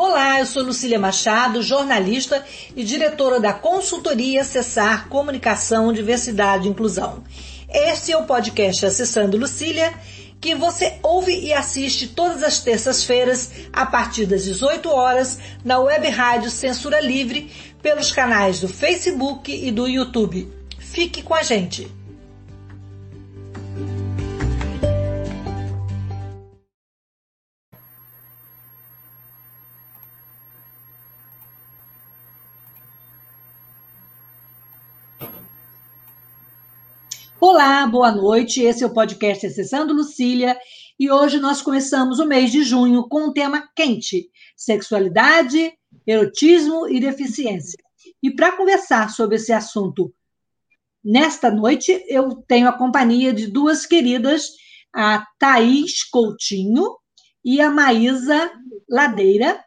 Olá, eu sou Lucília Machado, jornalista e diretora da consultoria Acessar Comunicação, Diversidade e Inclusão. Este é o podcast Acessando Lucília, que você ouve e assiste todas as terças-feiras, a partir das 18 horas, na web rádio Censura Livre, pelos canais do Facebook e do YouTube. Fique com a gente! Olá, boa noite. Esse é o podcast Acessando Lucília e hoje nós começamos o mês de junho com um tema quente: sexualidade, erotismo e deficiência. E para conversar sobre esse assunto nesta noite, eu tenho a companhia de duas queridas, a Thaís Coutinho e a Maísa Ladeira,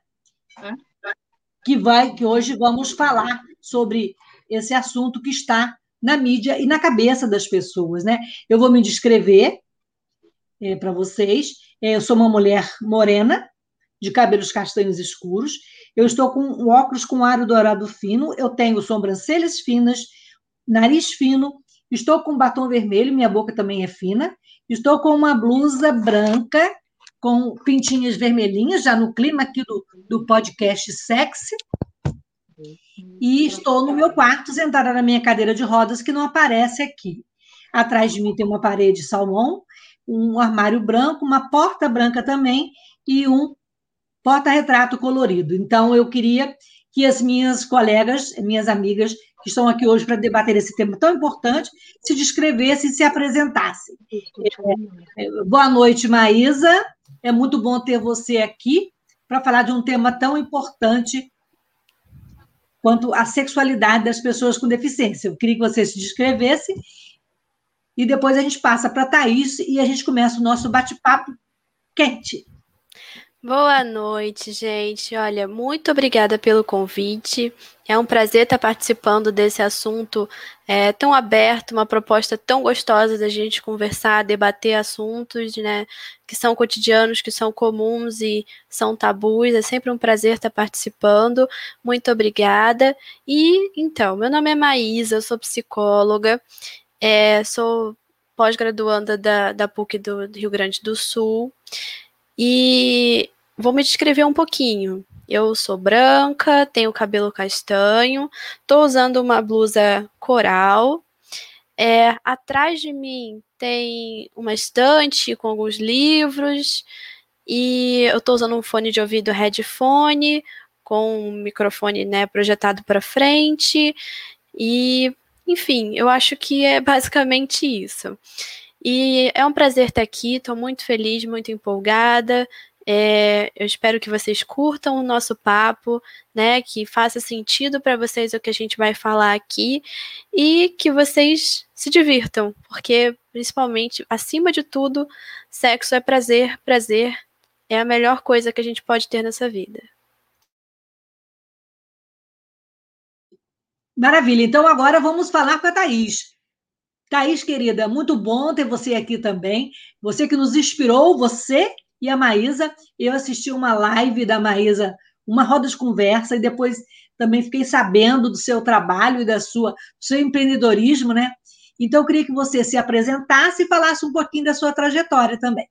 que hoje vamos falar sobre esse assunto que está na mídia e na cabeça das pessoas, né? Eu vou me descrever para vocês. Eu sou uma mulher morena, de cabelos castanhos escuros. Eu estou com um óculos com aro dourado fino. Eu tenho sobrancelhas finas, nariz fino. Estou com batom vermelho, minha boca também é fina. Estou com uma blusa branca com pintinhas vermelhinhas, já no clima aqui do podcast Sexy. E estou no meu quarto, sentada na minha cadeira de rodas, que não aparece aqui. Atrás de mim tem uma parede salmão, um armário branco, uma porta branca também e um porta-retrato colorido. Então, eu queria que as minhas colegas, minhas amigas, que estão aqui hoje para debater esse tema tão importante, se descrevessem e se apresentassem. Boa noite, Maísa. É muito bom ter você aqui para falar de um tema tão importante quanto à sexualidade das pessoas com deficiência. Eu queria que você se descrevesse e depois a gente passa para a Thaís e a gente começa o nosso bate-papo quente. Boa noite, gente. Olha, muito obrigada pelo convite. É um prazer estar participando desse assunto tão aberto, uma proposta tão gostosa da gente conversar, debater assuntos, né, que são cotidianos, que são comuns e são tabus. É sempre um prazer estar participando. Muito obrigada. E, então, meu nome é Maísa, eu sou psicóloga, sou pós-graduanda da PUC do Rio Grande do Sul e vou me descrever um pouquinho. Eu sou branca, tenho cabelo castanho, estou usando uma blusa coral. Atrás de mim tem uma estante com alguns livros e eu estou usando um fone de ouvido headphone com um microfone, né, projetado para frente e, enfim, eu acho que é basicamente isso. E é um prazer estar aqui, estou muito feliz, muito empolgada. Eu espero que vocês curtam o nosso papo, né, que faça sentido para vocês o que a gente vai falar aqui e que vocês se divirtam, porque, principalmente, acima de tudo, sexo é prazer, prazer é a melhor coisa que a gente pode ter nessa vida. Maravilha, então agora vamos falar com a Thaís. Thaís, querida, muito bom ter você aqui também. Você que nos inspirou, você e a Maísa. Eu assisti uma live da Maísa, uma roda de conversa, e depois também fiquei sabendo do seu trabalho e do seu empreendedorismo, né? Então, eu queria que você se apresentasse e falasse um pouquinho da sua trajetória também.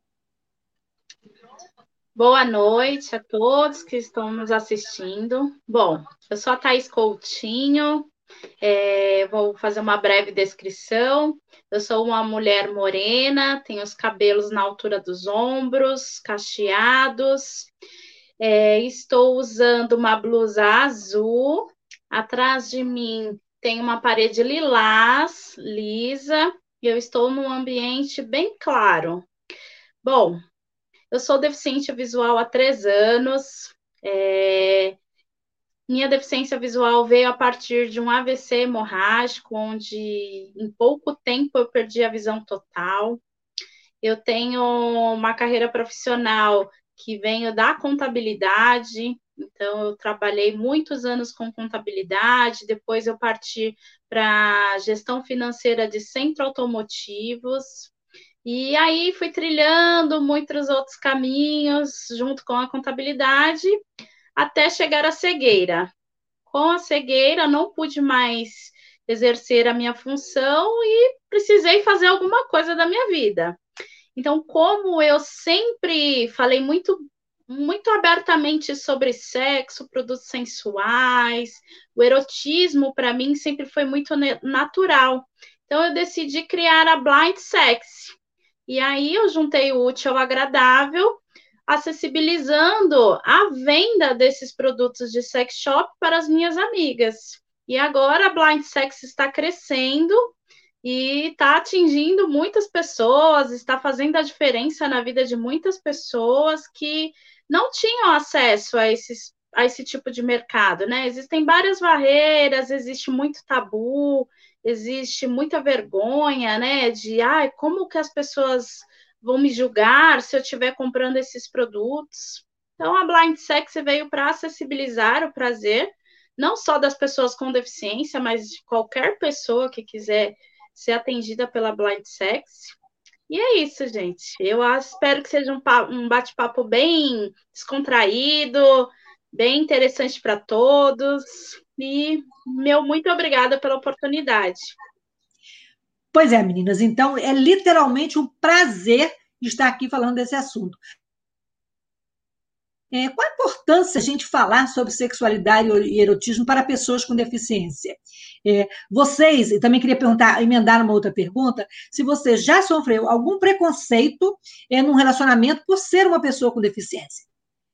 Boa noite a todos que estão nos assistindo. Bom, eu sou a Thaís Coutinho, vou fazer uma breve descrição. Eu sou uma mulher morena, tenho os cabelos na altura dos ombros, cacheados. Estou usando uma blusa azul. Atrás de mim tem uma parede lilás, lisa, e eu estou num ambiente bem claro. Bom, eu sou deficiente visual há 3 anos. Minha deficiência visual veio a partir de um AVC hemorrágico, onde em pouco tempo eu perdi a visão total. Eu tenho uma carreira profissional que venho da contabilidade, então eu trabalhei muitos anos com contabilidade, depois eu parti para gestão financeira de centros automotivos, e aí fui trilhando muitos outros caminhos junto com a contabilidade, até chegar à cegueira. Com a cegueira, não pude mais exercer a minha função e precisei fazer alguma coisa da minha vida. Então, como eu sempre falei muito abertamente sobre sexo, produtos sensuais, o erotismo para mim sempre foi muito natural. Então, eu decidi criar a Blind Sex. E aí eu juntei o útil ao agradável, acessibilizando a venda desses produtos de sex shop para as minhas amigas. E agora a Blind Sex está crescendo e está atingindo muitas pessoas, está fazendo a diferença na vida de muitas pessoas que não tinham acesso a esse tipo de mercado, né? Existem várias barreiras, existe muito tabu, existe muita vergonha, né? De como que as pessoas vão me julgar se eu estiver comprando esses produtos. Então, a Blind Sex veio para acessibilizar o prazer, não só das pessoas com deficiência, mas de qualquer pessoa que quiser ser atendida pela Blind Sex. E é isso, gente. Eu espero que seja um bate-papo bem descontraído, bem interessante para todos. E muito obrigada pela oportunidade. Pois é, meninas, então é literalmente um prazer estar aqui falando desse assunto. Qual a importância a gente falar sobre sexualidade e erotismo para pessoas com deficiência? Vocês, e também queria perguntar, emendar uma outra pergunta, se você já sofreu algum preconceito num relacionamento por ser uma pessoa com deficiência.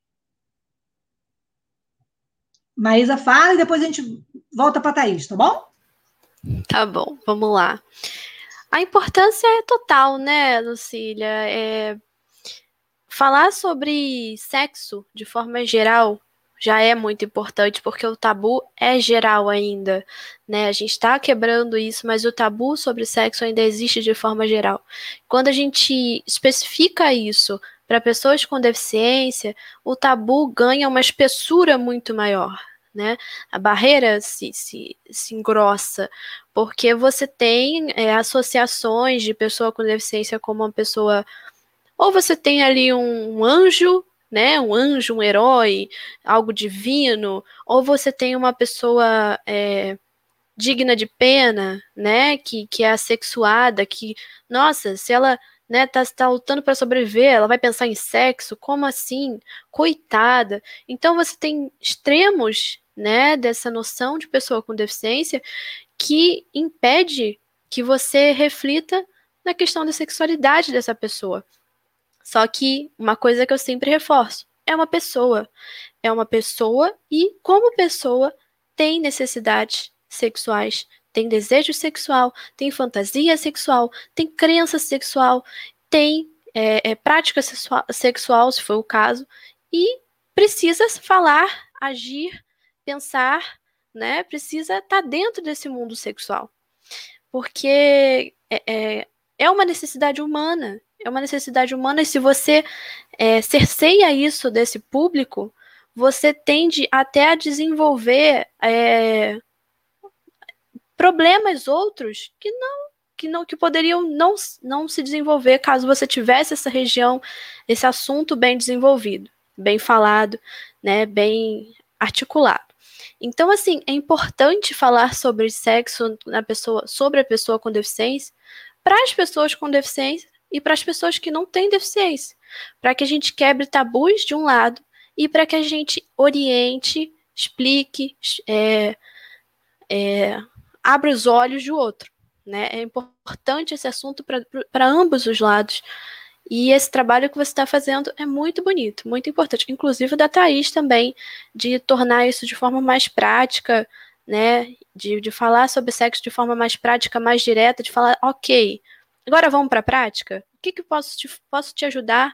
Maísa fala e depois a gente volta para a Thaís, tá bom? Tá bom, vamos lá. A importância é total, né, Lucília? Falar sobre sexo de forma geral já é muito importante, porque o tabu é geral ainda, né? A gente está quebrando isso, mas o tabu sobre sexo ainda existe de forma geral. Quando a gente especifica isso para pessoas com deficiência, o tabu ganha uma espessura muito maior, né? A barreira se engrossa, porque você tem associações de pessoa com deficiência como uma pessoa... Ou você tem ali um anjo, né? Um anjo, um herói, algo divino, ou você tem uma pessoa digna de pena, né? Que é assexuada, que, nossa, se ela, né, tá lutando para sobreviver, ela vai pensar em sexo, como assim? Coitada. Então você tem extremos, né, dessa noção de pessoa com deficiência que impede que você reflita na questão da sexualidade dessa pessoa. Só que uma coisa que eu sempre reforço, é uma pessoa. É uma pessoa e, como pessoa, tem necessidades sexuais, tem desejo sexual, tem fantasia sexual, tem crença sexual, tem prática sexual, se for o caso, e precisa falar, agir, pensar, né? Precisa estar dentro desse mundo sexual. Porque é uma necessidade humana. É uma necessidade humana, e se você cerceia isso desse público, você tende até a desenvolver problemas outros que poderiam não se desenvolver caso você tivesse essa região, esse assunto bem desenvolvido, bem falado, né, bem articulado. Então, assim, é importante falar sobre sexo sobre a pessoa com deficiência, para as pessoas com deficiência e para as pessoas que não têm deficiência, para que a gente quebre tabus de um lado e para que a gente oriente, explique, abra os olhos do outro, né? É importante esse assunto para ambos os lados. E esse trabalho que você está fazendo é muito bonito, muito importante. Inclusive da Thaís também, de tornar isso de forma mais prática, né? De falar sobre sexo de forma mais prática, mais direta, de falar, ok, agora vamos para a prática? O que posso te ajudar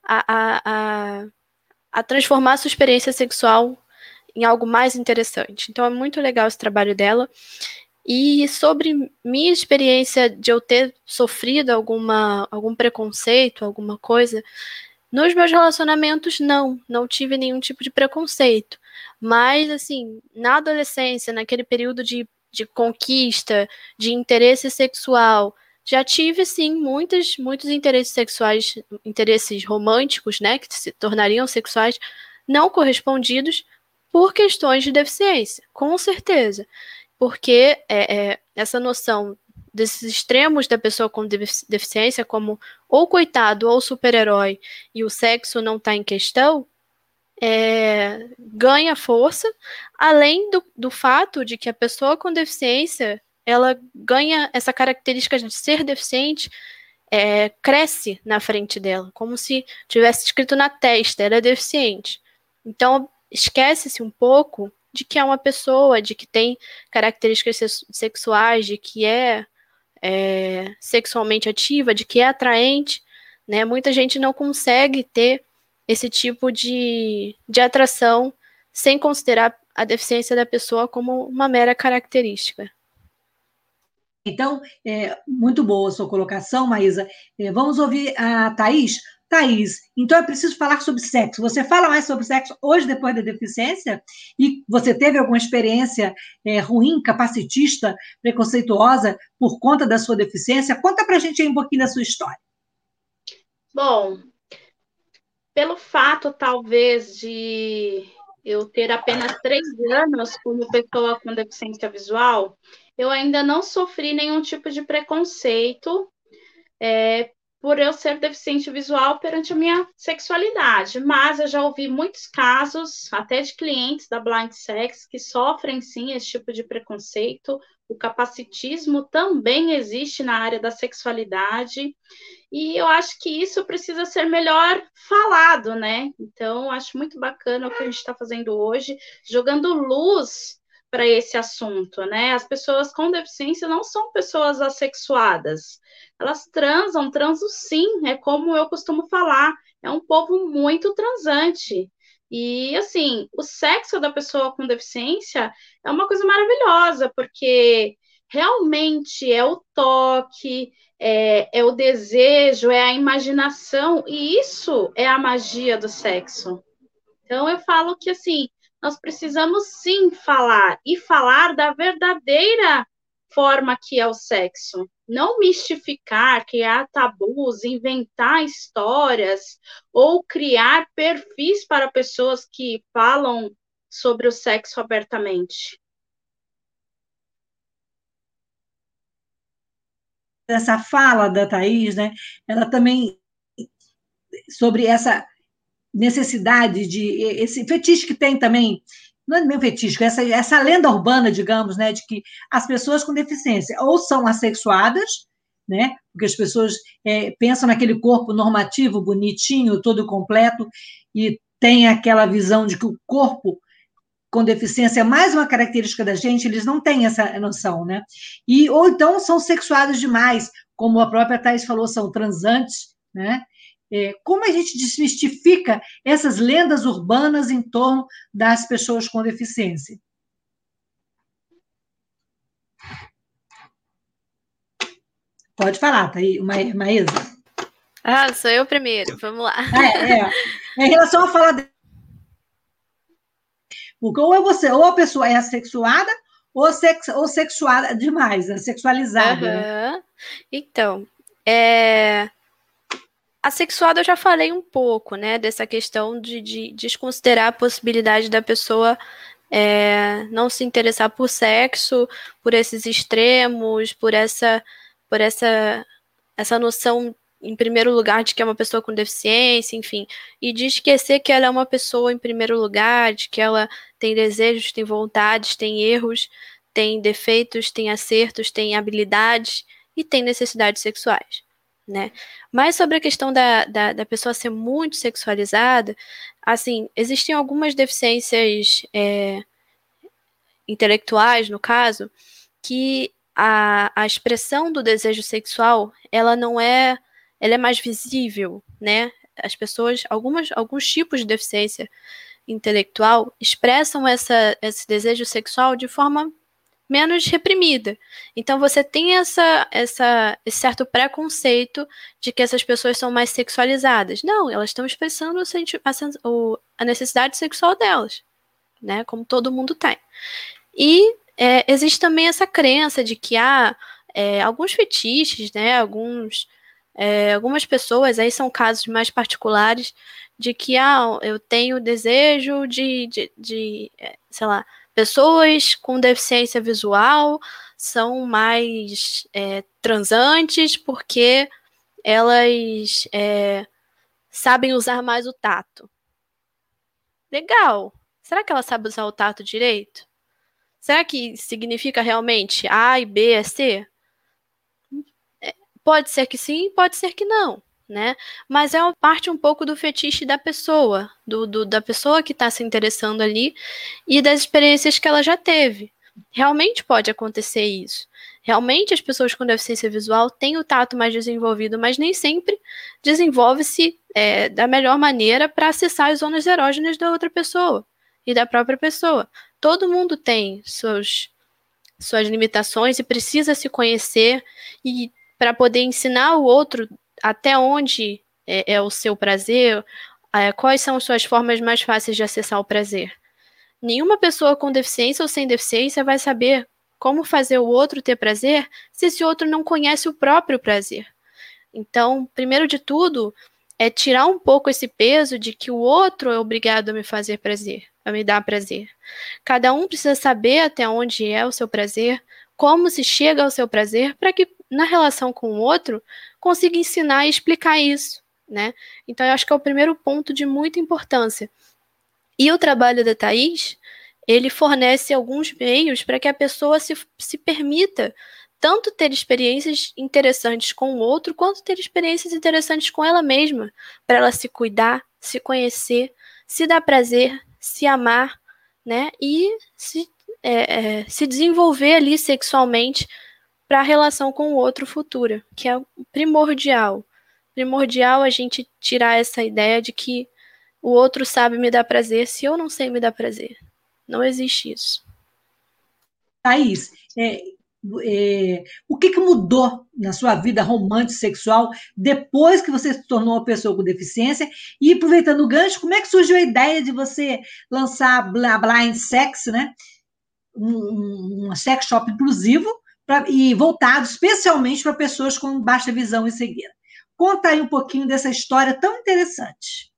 a transformar a sua experiência sexual em algo mais interessante? Então é muito legal esse trabalho dela. E sobre minha experiência de eu ter sofrido algum preconceito, alguma coisa, nos meus relacionamentos, não tive nenhum tipo de preconceito. Mas, assim, na adolescência, naquele período de conquista, de interesse sexual, já tive, sim, muitos interesses sexuais, interesses românticos, né, que se tornariam sexuais, não correspondidos por questões de deficiência, com certeza. Porque essa noção desses extremos da pessoa com deficiência, como ou coitado ou super-herói, e o sexo não está em questão, ganha força, além do fato de que a pessoa com deficiência, ela ganha essa característica de ser deficiente, cresce na frente dela, como se tivesse escrito na testa, ela é deficiente. Então, esquece-se um pouco de que é uma pessoa, de que tem características sexuais, de que é sexualmente ativa, de que é atraente, né? Muita gente não consegue ter esse tipo de atração sem considerar a deficiência da pessoa como uma mera característica. Então, muito boa a sua colocação, Maísa. Vamos ouvir a Thaís. Thaís, então é preciso falar sobre sexo. Você fala mais sobre sexo hoje, depois da deficiência? E você teve alguma experiência ruim, capacitista, preconceituosa, por conta da sua deficiência? Conta pra gente aí um pouquinho da sua história. Bom, pelo fato, talvez, de eu ter apenas 3 anos como pessoa com deficiência visual, eu ainda não sofri nenhum tipo de preconceito por eu ser deficiente visual perante a minha sexualidade, mas eu já ouvi muitos casos, até de clientes da Blind Sex, que sofrem sim esse tipo de preconceito. O capacitismo também existe na área da sexualidade, e eu acho que isso precisa ser melhor falado, né? Então, acho muito bacana o que a gente está fazendo hoje, jogando luz para esse assunto, né? As pessoas com deficiência não são pessoas assexuadas, elas transam sim, é como eu costumo falar, é um povo muito transante. E, assim, o sexo da pessoa com deficiência é uma coisa maravilhosa, porque realmente é o toque, é o desejo, é a imaginação, e isso é a magia do sexo. Então, eu falo que, assim, nós precisamos sim falar, e falar da verdadeira forma que é o sexo. Não mistificar, criar tabus, inventar histórias, ou criar perfis para pessoas que falam sobre o sexo abertamente. Essa fala da Thaís, né? Ela também, sobre essa necessidade de esse fetiche que tem também, não é meio fetiche, essa lenda urbana, digamos, né, de que as pessoas com deficiência ou são assexuadas, né, porque as pessoas pensam naquele corpo normativo, bonitinho, todo completo, e tem aquela visão de que o corpo com deficiência é mais uma característica da gente, eles não têm essa noção, né? Ou então são sexuados demais, como a própria Thais falou, são transantes, né? Como a gente desmistifica essas lendas urbanas em torno das pessoas com deficiência? Pode falar, Maísa. Sou eu primeiro, vamos lá. Em relação a falar porque ou a pessoa é assexuada ou sexuada demais, né? Sexualizada. Né? Então, assexuada eu já falei um pouco, né? Dessa questão de desconsiderar a possibilidade da pessoa não se interessar por sexo, por esses extremos, por essa noção, em primeiro lugar, de que é uma pessoa com deficiência, enfim, e de esquecer que ela é uma pessoa em primeiro lugar, de que ela tem desejos, tem vontades, tem erros, tem defeitos, tem acertos, tem habilidades e tem necessidades sexuais, né? Mas sobre a questão da pessoa ser muito sexualizada, assim, existem algumas deficiências intelectuais, no caso, que a expressão do desejo sexual, ela é mais visível, né? As pessoas, alguns tipos de deficiência intelectual expressam esse desejo sexual de forma menos reprimida. Então você tem esse certo preconceito de que essas pessoas são mais sexualizadas. Não, elas estão expressando a necessidade sexual delas, né? Como todo mundo tem. E existe também essa crença de que há alguns fetiches, né? Alguns Algumas pessoas, aí são casos mais particulares, de que eu tenho desejo sei lá, pessoas com deficiência visual são mais transantes porque elas sabem usar mais o tato. Legal. Será que ela sabe usar o tato direito? Será que significa realmente A e B é C? Pode ser que sim, pode ser que não, né? Mas é uma parte um pouco do fetiche da pessoa, da pessoa que está se interessando ali e das experiências que ela já teve. Realmente pode acontecer isso. Realmente as pessoas com deficiência visual têm o tato mais desenvolvido, mas nem sempre desenvolve-se da melhor maneira para acessar as zonas erógenas da outra pessoa e da própria pessoa. Todo mundo tem suas limitações e precisa se conhecer e para poder ensinar o outro até onde é o seu prazer, quais são as suas formas mais fáceis de acessar o prazer. Nenhuma pessoa com deficiência ou sem deficiência vai saber como fazer o outro ter prazer se esse outro não conhece o próprio prazer. Então, primeiro de tudo, é tirar um pouco esse peso de que o outro é obrigado a me fazer prazer, a me dar prazer. Cada um precisa saber até onde é o seu prazer, como se chega ao seu prazer, para que na relação com o outro consiga ensinar e explicar isso, né? Então, eu acho que é o primeiro ponto de muita importância. E o trabalho da Thaís, ele fornece alguns meios para que a pessoa se permita tanto ter experiências interessantes com o outro, quanto ter experiências interessantes com ela mesma, para ela se cuidar, se conhecer, se dar prazer, se amar, né? E se desenvolver ali sexualmente para a relação com o outro futura, que é primordial. Primordial a gente tirar essa ideia de que o outro sabe me dar prazer se eu não sei me dar prazer. Não existe isso. Thaís, o que mudou na sua vida romântica sexual depois que você se tornou uma pessoa com deficiência? E aproveitando o gancho, como é que surgiu a ideia de você lançar a Blind Sex, né? Um sex shop inclusivo e voltado especialmente para pessoas com baixa visão e cegueira. Conta aí um pouquinho dessa história tão interessante.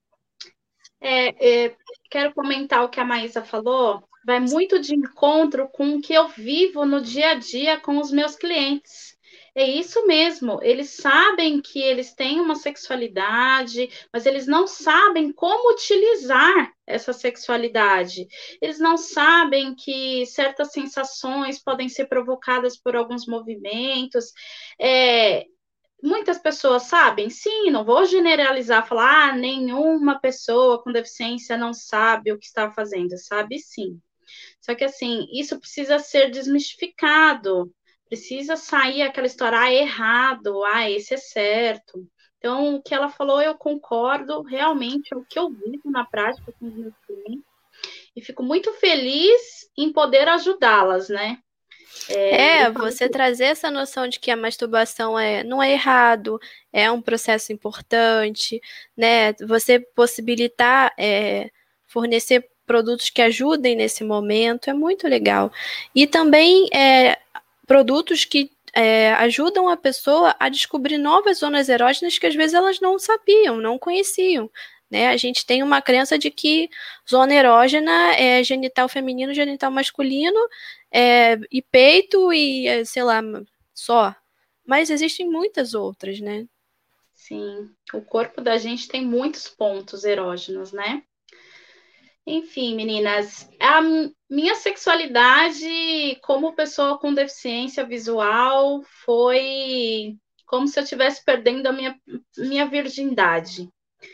Quero comentar o que a Maísa falou. Vai muito de encontro com o que eu vivo no dia a dia com os meus clientes. É isso mesmo, eles sabem que eles têm uma sexualidade, mas eles não sabem como utilizar essa sexualidade. Eles não sabem que certas sensações podem ser provocadas por alguns movimentos. Muitas pessoas sabem, sim, não vou generalizar, falar, nenhuma pessoa com deficiência não sabe o que está fazendo, sabe sim. Só que, assim, isso precisa ser desmistificado, precisa sair aquela história, errado, esse é certo. Então, o que ela falou, eu concordo, realmente, é o que eu vivo na prática com os meus clientes, e fico muito feliz em poder ajudá-las, né? Você trazer essa noção de que a masturbação não é errado, é um processo importante, né? Você possibilitar fornecer produtos que ajudem nesse momento é muito legal. E também produtos que ajudam a pessoa a descobrir novas zonas erógenas que às vezes elas não sabiam, não conheciam. Né? A gente tem uma crença de que zona erógena é genital feminino, genital masculino, e peito e, sei lá, só. Mas existem muitas outras, né? Sim, o corpo da gente tem muitos pontos erógenos, né? Enfim, meninas, a minha sexualidade como pessoa com deficiência visual foi como se eu estivesse perdendo a minha virgindade.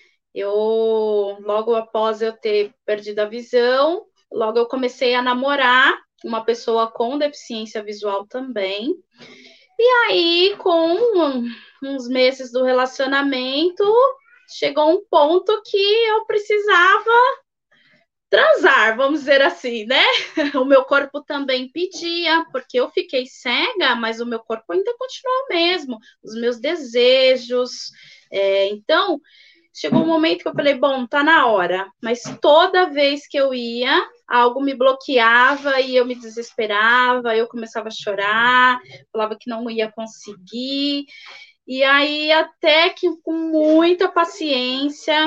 Logo após eu ter perdido a visão, logo eu comecei a namorar uma pessoa com deficiência visual também. E aí, com uns meses do relacionamento, chegou um ponto que eu precisava transar, vamos dizer assim, né? O meu corpo também pedia, porque eu fiquei cega, mas o meu corpo ainda continuou o mesmo, os meus desejos. Então, chegou um momento que eu falei, bom, tá na hora. Mas toda vez que eu ia, algo me bloqueava e eu me desesperava, eu começava a chorar, falava que não ia conseguir. E aí, até que com muita paciência,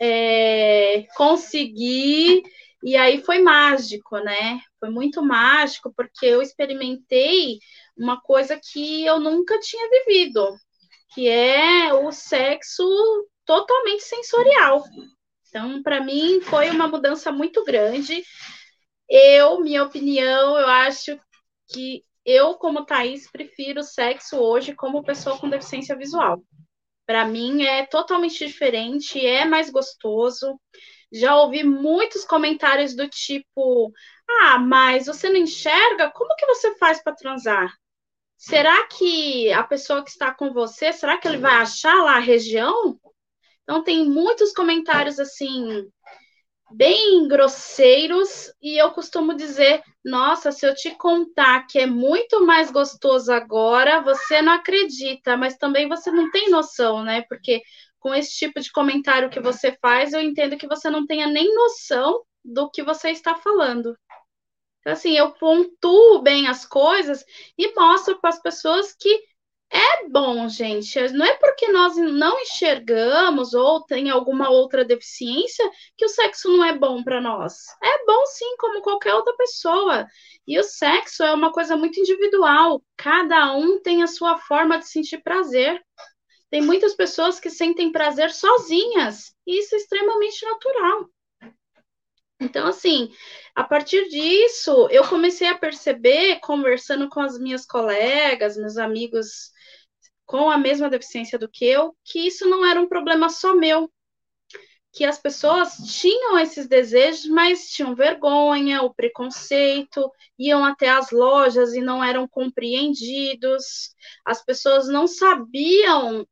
consegui, e aí foi mágico, né? Foi muito mágico, porque eu experimentei uma coisa que eu nunca tinha vivido, que é o sexo totalmente sensorial. Então, para mim, foi uma mudança muito grande. Minha opinião, eu acho que eu, como Thaís, prefiro sexo hoje como pessoa com deficiência visual. Para mim é totalmente diferente, é mais gostoso. Já ouvi muitos comentários do tipo: ah, mas você não enxerga? Como que você faz para transar? Será que a pessoa que está com você, será que ele vai achar lá a região? Então tem muitos comentários assim bem grosseiros, e eu costumo dizer: nossa, se eu te contar que é muito mais gostoso agora, você não acredita, mas também você não tem noção, né? Porque com esse tipo de comentário que você faz, eu entendo que você não tenha nem noção do que você está falando. Então, assim, eu pontuo bem as coisas e mostro para as pessoas que é bom, gente. Não é porque nós não enxergamos ou tem alguma outra deficiência que o sexo não é bom para nós. É bom sim, como qualquer outra pessoa. E o sexo é uma coisa muito individual. Cada um tem a sua forma de sentir prazer. Tem muitas pessoas que sentem prazer sozinhas, e isso é extremamente natural. Então, assim, a partir disso, eu comecei a perceber, conversando com as minhas colegas, meus amigos com a mesma deficiência do que eu, que isso não era um problema só meu, que as pessoas tinham esses desejos, mas tinham vergonha, o preconceito, iam até as lojas e não eram compreendidos, as pessoas não sabiam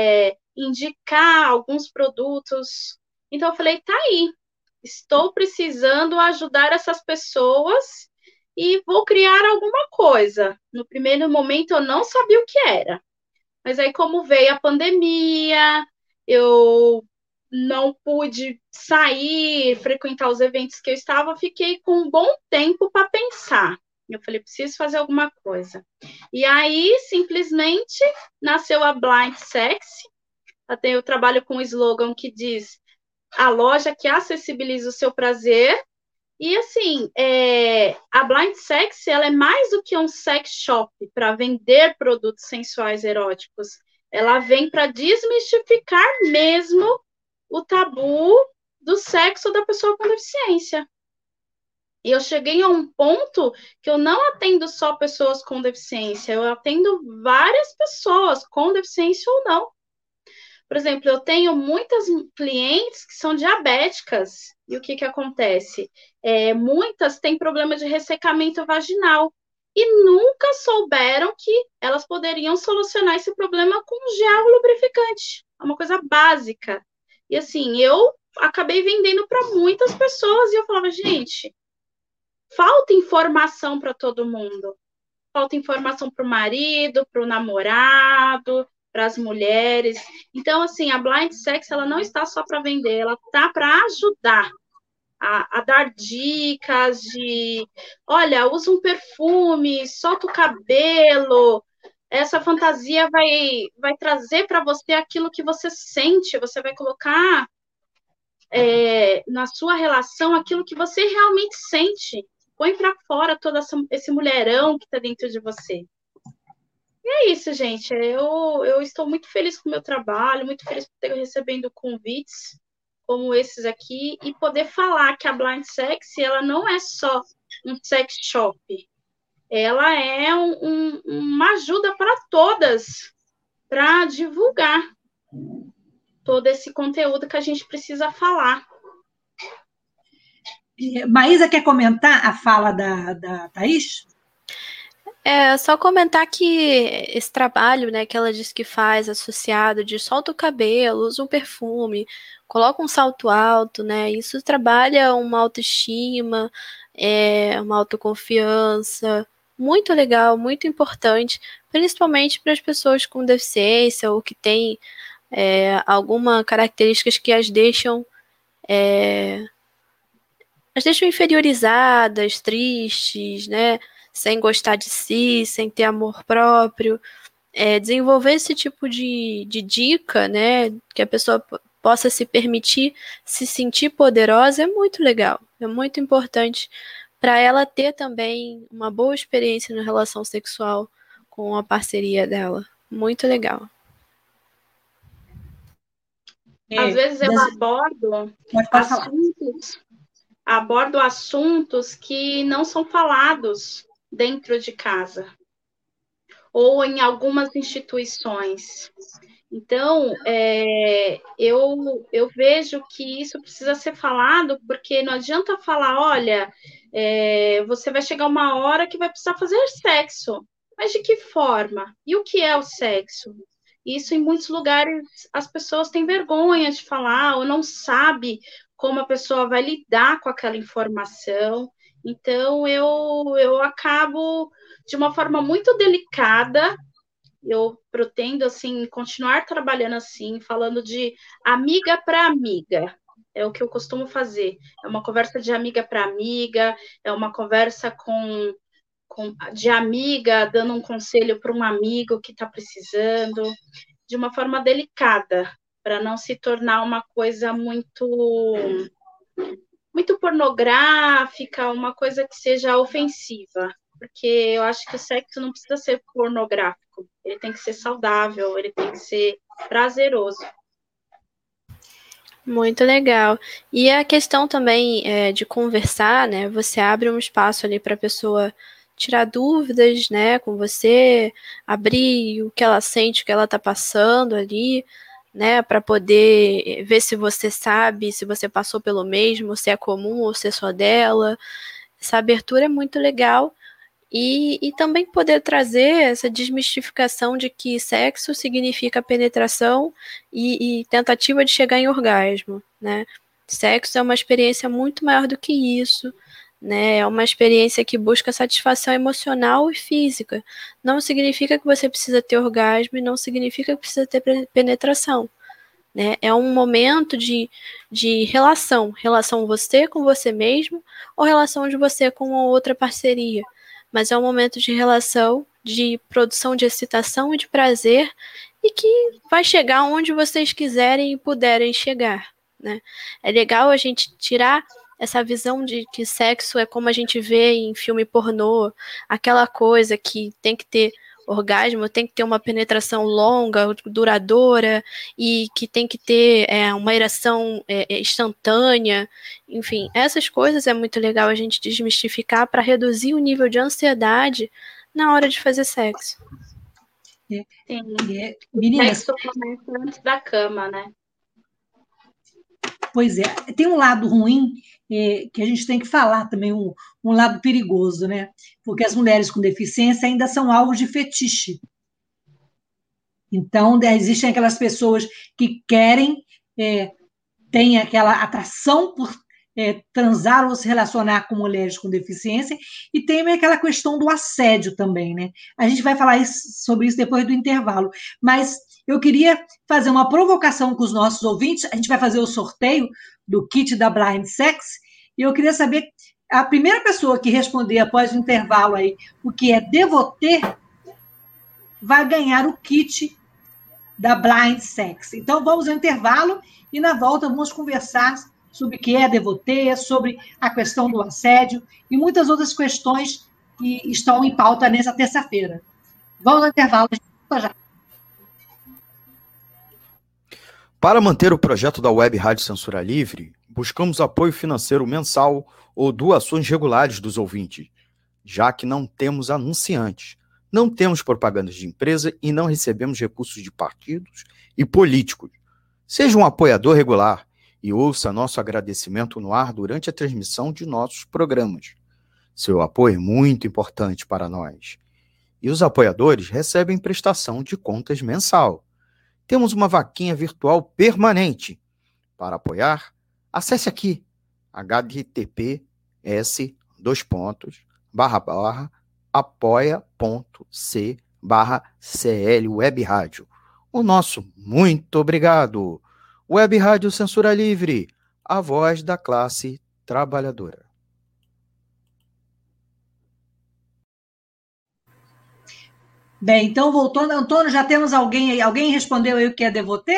indicar alguns produtos. Então, eu falei: tá aí, estou precisando ajudar essas pessoas e vou criar alguma coisa. No primeiro momento, eu não sabia o que era. Mas aí, como veio a pandemia, eu não pude sair, frequentar os eventos que eu estava, fiquei com um bom tempo para pensar. Eu falei: preciso fazer alguma coisa. E aí, simplesmente, nasceu a Blind Sexy. Eu trabalho com um slogan que diz: a loja que acessibiliza o seu prazer. E assim, a Blind Sex, ela é mais do que um sex shop para vender produtos sensuais eróticos. Ela vem para desmistificar mesmo o tabu do sexo da pessoa com deficiência. E eu cheguei a um ponto que eu não atendo só pessoas com deficiência, eu atendo várias pessoas com deficiência ou não. Por exemplo, eu tenho muitas clientes que são diabéticas. E o que acontece? Muitas têm problema de ressecamento vaginal e nunca souberam que elas poderiam solucionar esse problema com gel lubrificante. É uma coisa básica. E assim, eu acabei vendendo para muitas pessoas e eu falava: gente, falta informação para todo mundo. Falta informação para o marido, para o namorado, para as mulheres. Então, assim, a Blind Sex, ela não está só para vender, ela está para ajudar a dar dicas de: olha, usa um perfume, solta o cabelo, essa fantasia vai trazer para você aquilo que você sente, você vai colocar na sua relação aquilo que você realmente sente. Põe para fora todo esse mulherão que está dentro de você. E é isso, gente. Eu estou muito feliz com o meu trabalho, muito feliz por ter recebendo convites como esses aqui e poder falar que a Blind Sex, ela não é só um sex shop. Ela é uma ajuda para todas, para divulgar todo esse conteúdo que a gente precisa falar. Maísa, quer comentar a fala da Thaís? Só comentar que esse trabalho, né, que ela disse que faz associado de solta o cabelo, usa um perfume, coloca um salto alto, né, isso trabalha uma autoestima, uma autoconfiança, muito legal, muito importante, principalmente para as pessoas com deficiência ou que têm alguma características que as deixam inferiorizadas, tristes, né? Sem gostar de si, sem ter amor próprio. desenvolver esse tipo de dica, né, que a pessoa possa se permitir se sentir poderosa, é muito legal, é muito importante para ela ter também uma boa experiência na relação sexual com a parceria dela. Muito legal. Às vezes eu Pode falar. abordo assuntos que não são falados dentro de casa ou em algumas instituições. Então, eu vejo que isso precisa ser falado, porque não adianta falar, olha, você vai chegar uma hora que vai precisar fazer sexo. Mas de que forma? E o que é o sexo? Isso, em muitos lugares, as pessoas têm vergonha de falar ou não sabe como a pessoa vai lidar com aquela informação. Então, eu acabo, de uma forma muito delicada, eu pretendo, assim, continuar trabalhando assim, falando de amiga para amiga. É o que eu costumo fazer. É uma conversa de amiga para amiga, é uma conversa de amiga dando um conselho para um amigo que está precisando, de uma forma delicada, para não se tornar uma coisa muito pornográfica, uma coisa que seja ofensiva, porque eu acho que o sexo não precisa ser pornográfico, ele tem que ser saudável, ele tem que ser prazeroso. Muito legal. E a questão também de conversar, né? Você abre um espaço ali para a pessoa tirar dúvidas, né, com você, abrir o que ela sente, o que ela está passando ali, né, para poder ver se você sabe, se você passou pelo mesmo, se é comum ou se é só dela. Essa abertura é muito legal. E também poder trazer essa desmistificação de que sexo significa penetração e tentativa de chegar em orgasmo, né? Sexo é uma experiência muito maior do que isso, né? É uma experiência que busca satisfação emocional e física. Não significa que você precisa ter orgasmo e não significa que precisa ter penetração, né? É um momento de relação você com você mesmo ou relação de você com a outra parceria. Mas é um momento de relação, de produção de excitação e de prazer e que vai chegar onde vocês quiserem e puderem chegar, né? É legal a gente tirar essa visão de que sexo é como a gente vê em filme pornô, aquela coisa que tem que ter orgasmo, tem que ter uma penetração longa, duradoura, e que tem que ter uma ereção instantânea. Enfim, essas coisas é muito legal a gente desmistificar para reduzir o nível de ansiedade na hora de fazer sexo. Sim. Meninas, sexo começa antes da cama, né? Pois é, tem um lado ruim que a gente tem que falar também, um lado perigoso, né? Porque as mulheres com deficiência ainda são alvo de fetiche. Então, existem aquelas pessoas que querem, têm aquela atração por transar ou se relacionar com mulheres com deficiência, e tem aquela questão do assédio também, né? A gente vai falar sobre isso depois do intervalo, mas eu queria fazer uma provocação com os nossos ouvintes. A gente vai fazer o sorteio do kit da Blind Sex, e eu queria saber, a primeira pessoa que responder após o intervalo aí o que é devotê, vai ganhar o kit da Blind Sex. Então, vamos ao intervalo e, na volta, vamos conversar sobre o que é devotê, sobre a questão do assédio e muitas outras questões que estão em pauta nessa terça-feira. Vamos ao intervalo. Já. Para manter o projeto da Web Rádio Censura Livre, buscamos apoio financeiro mensal ou doações regulares dos ouvintes, já que não temos anunciantes, não temos propagandas de empresa e não recebemos recursos de partidos e políticos. Seja um apoiador regular e ouça nosso agradecimento no ar durante a transmissão de nossos programas. Seu apoio é muito importante para nós. E os apoiadores recebem prestação de contas mensal. Temos uma vaquinha virtual permanente. Para apoiar, acesse aqui https://apoia.c/CL Web Rádio. O nosso muito obrigado. Web Rádio Censura Livre, a voz da classe trabalhadora. Bem, então, voltando, Antônio, já temos alguém aí? Alguém respondeu aí o que é devotê?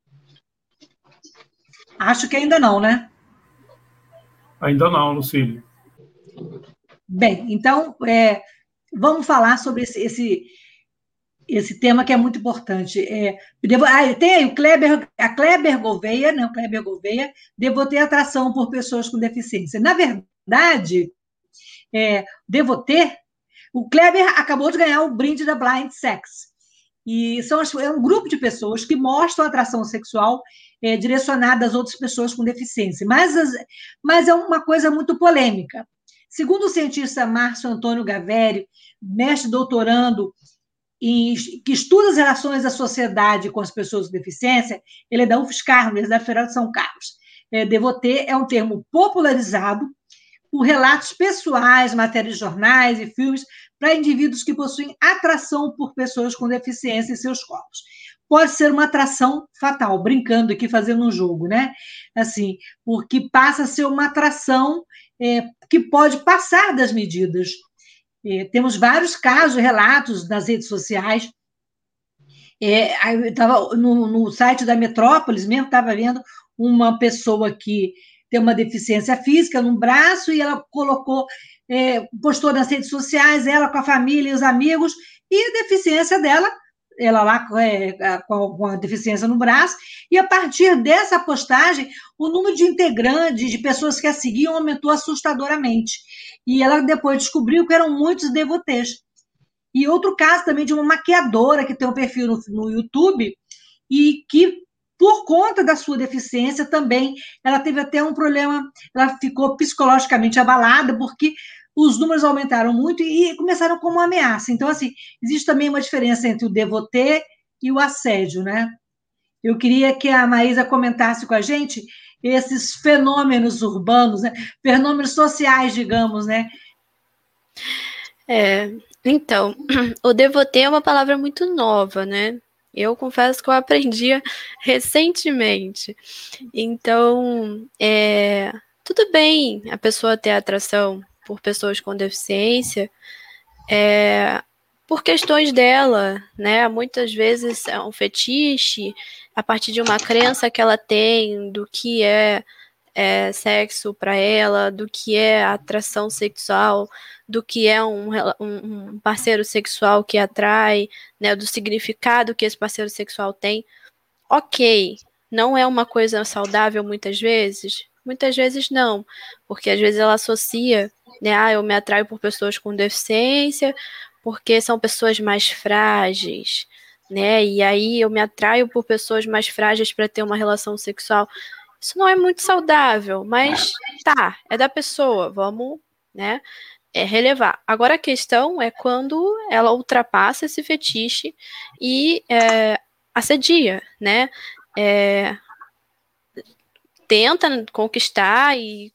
Acho que ainda não, né? Ainda não, Lucília. Bem, então, vamos falar sobre esse tema que é muito importante. Tem aí a Kleber Gouveia, né? O Kleber Gouveia, devotê é atração por pessoas com deficiência. Na verdade, devotê, o Kleber acabou de ganhar o brinde da Blind Sex. E é um grupo de pessoas que mostram atração sexual direcionada às outras pessoas com deficiência. Mas é uma coisa muito polêmica. Segundo o cientista Márcio Antônio Gavério, mestre doutorando que estuda as relações da sociedade com as pessoas com deficiência, ele é da UFSCar, Universidade Federal de São Carlos. Devotê é um termo popularizado por relatos pessoais, matérias de jornais e filmes para indivíduos que possuem atração por pessoas com deficiência em seus corpos. Pode ser uma atração fatal, brincando aqui, fazendo um jogo, né? Assim, porque passa a ser uma atração que pode passar das medidas. Temos vários casos, relatos nas redes sociais. Eu estava no site da Metrópolis mesmo, estava vendo uma pessoa que tem uma deficiência física no braço e ela postou nas redes sociais, ela com a família e os amigos, e a deficiência dela, ela lá com a deficiência no braço, e a partir dessa postagem, o número de integrantes, de pessoas que a seguiam, aumentou assustadoramente. E ela depois descobriu que eram muitos devotês. E outro caso também de uma maquiadora que tem um perfil no YouTube e que, por conta da sua deficiência também, ela teve até um problema, ela ficou psicologicamente abalada porque os números aumentaram muito e começaram como uma ameaça. Então, assim, existe também uma diferença entre o devotê e o assédio, né? Eu queria que a Maísa comentasse com a gente esses fenômenos urbanos, né? Fenômenos sociais, digamos, né? Então, o devotê é uma palavra muito nova, né? Eu confesso que eu aprendi recentemente. Então, tudo bem a pessoa ter atração por pessoas com deficiência, por questões dela, né? Muitas vezes é um fetiche, a partir de uma crença que ela tem do que é sexo para ela, do que é atração sexual, do que é um parceiro sexual que atrai, né, do significado que esse parceiro sexual tem. Ok, não é uma coisa saudável muitas vezes não, porque às vezes ela associa, né, eu me atraio por pessoas com deficiência, porque são pessoas mais frágeis, né, e aí eu me atraio por pessoas mais frágeis para ter uma relação sexual. Isso não é muito saudável, mas tá, é da pessoa, vamos, né, relevar. Agora a questão é quando ela ultrapassa esse fetiche e assedia, né, tenta conquistar e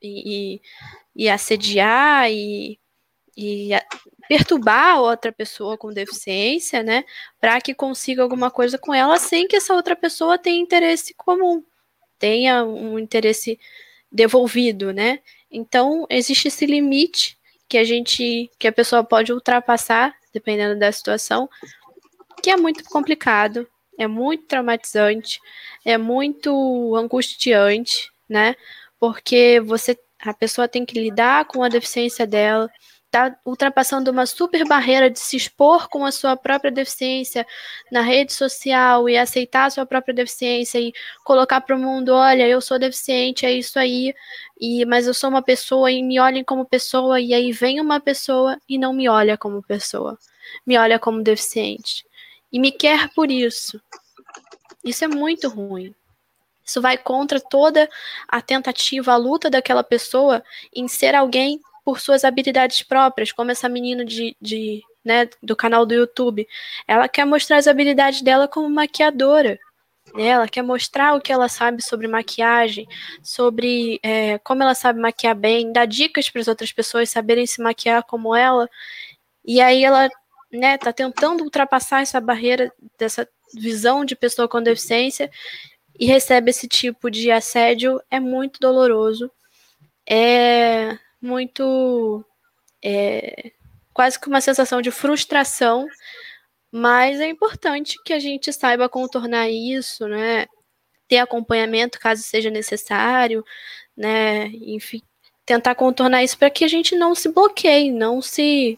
assediar e perturbar outra pessoa com deficiência, né, para que consiga alguma coisa com ela sem que essa outra pessoa tenha interesse comum, tenha um interesse devolvido, né? Então, existe esse limite que a pessoa pode ultrapassar, dependendo da situação, que é muito complicado, é muito traumatizante, é muito angustiante, né? Porque a pessoa tem que lidar com a deficiência dela, tá ultrapassando uma super barreira de se expor com a sua própria deficiência na rede social e aceitar a sua própria deficiência e colocar para o mundo, olha, eu sou deficiente, é isso aí, mas eu sou uma pessoa e me olhem como pessoa, e aí vem uma pessoa e não me olha como pessoa, me olha como deficiente e me quer por isso. Isso é muito ruim. Isso vai contra toda a tentativa, a luta daquela pessoa em ser alguém por suas habilidades próprias, como essa menina né, do canal do YouTube. Ela quer mostrar as habilidades dela como maquiadora. Né? Ela quer mostrar o que ela sabe sobre maquiagem, sobre como ela sabe maquiar bem, dar dicas para as outras pessoas saberem se maquiar como ela. E aí ela, né, tá tentando ultrapassar essa barreira dessa visão de pessoa com deficiência e recebe esse tipo de assédio. É muito doloroso. É muito quase que uma sensação de frustração, mas é importante que a gente saiba contornar isso, né? Ter acompanhamento caso seja necessário, né? Enfim, tentar contornar isso para que a gente não se bloqueie, não se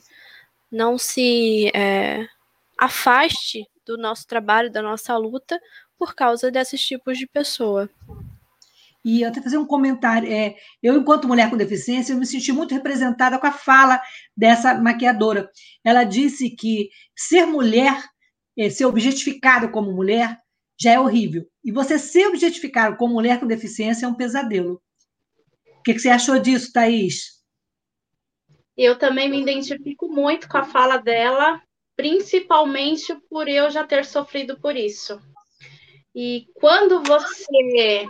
afaste do nosso trabalho, da nossa luta, por causa desses tipos de pessoa. E eu até fazer um comentário. Eu, enquanto mulher com deficiência, eu me senti muito representada com a fala dessa maquiadora. Ela disse que ser mulher, ser objetificado como mulher, já é horrível. E você ser objetificado como mulher com deficiência é um pesadelo. O que você achou disso, Thaís? Eu também me identifico muito com a fala dela, principalmente por eu já ter sofrido por isso. E quando você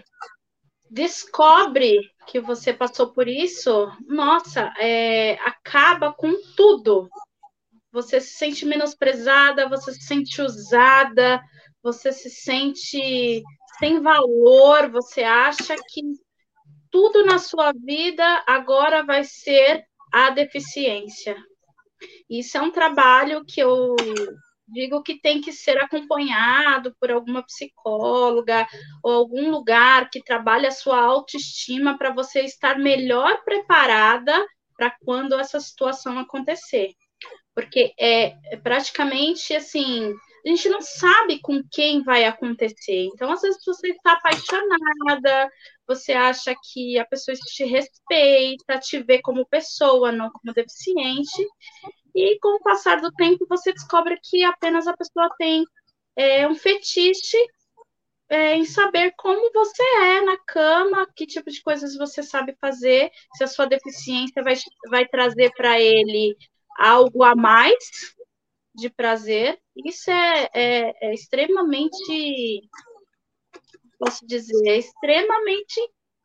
descobre que você passou por isso, nossa, acaba com tudo. Você se sente menosprezada, você se sente usada, você se sente sem valor, você acha que tudo na sua vida agora vai ser a deficiência. Isso é um trabalho que eu digo que tem que ser acompanhado por alguma psicóloga ou algum lugar que trabalhe a sua autoestima para você estar melhor preparada para quando essa situação acontecer. Porque é praticamente assim, a gente não sabe com quem vai acontecer. Então, às vezes, você está apaixonada, você acha que a pessoa te respeita, te vê como pessoa, não como deficiente, e com o passar do tempo você descobre que apenas a pessoa tem um fetiche em saber como você é na cama, que tipo de coisas você sabe fazer, se a sua deficiência vai trazer para ele algo a mais de prazer. Isso é extremamente, posso dizer, é extremamente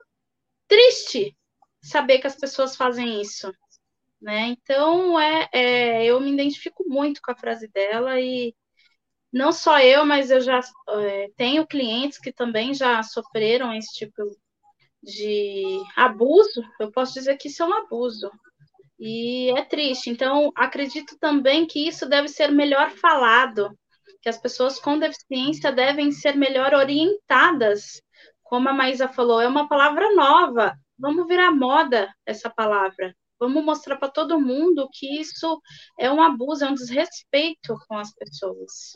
triste saber que as pessoas fazem isso, né? Então, eu me identifico muito com a frase dela e não só eu, mas eu já tenho clientes que também já sofreram esse tipo de abuso. Eu posso dizer que isso é um abuso. E é triste. Então, acredito também que isso deve ser melhor falado, que as pessoas com deficiência devem ser melhor orientadas. Como a Maísa falou, é uma palavra nova. Vamos virar moda essa palavra. Vamos mostrar para todo mundo que isso é um abuso, é um desrespeito com as pessoas.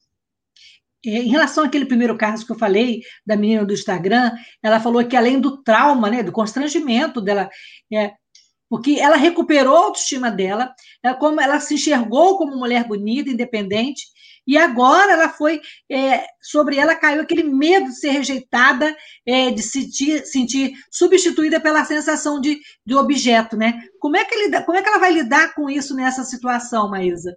Em relação àquele primeiro caso que eu falei, da menina do Instagram, ela falou que além do trauma, né, do constrangimento dela, porque ela recuperou a autoestima dela, como ela se enxergou como mulher bonita, independente, e agora ela foi, sobre ela caiu aquele medo de ser rejeitada, de se sentir substituída pela sensação de objeto, né? Como é que ela vai lidar com isso nessa situação, Maísa?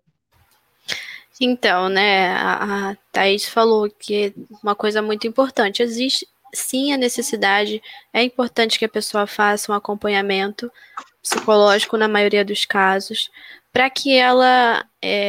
Então, né, a Thaís falou que uma coisa muito importante, existe sim a necessidade, é importante que a pessoa faça um acompanhamento psicológico na maioria dos casos, para que ela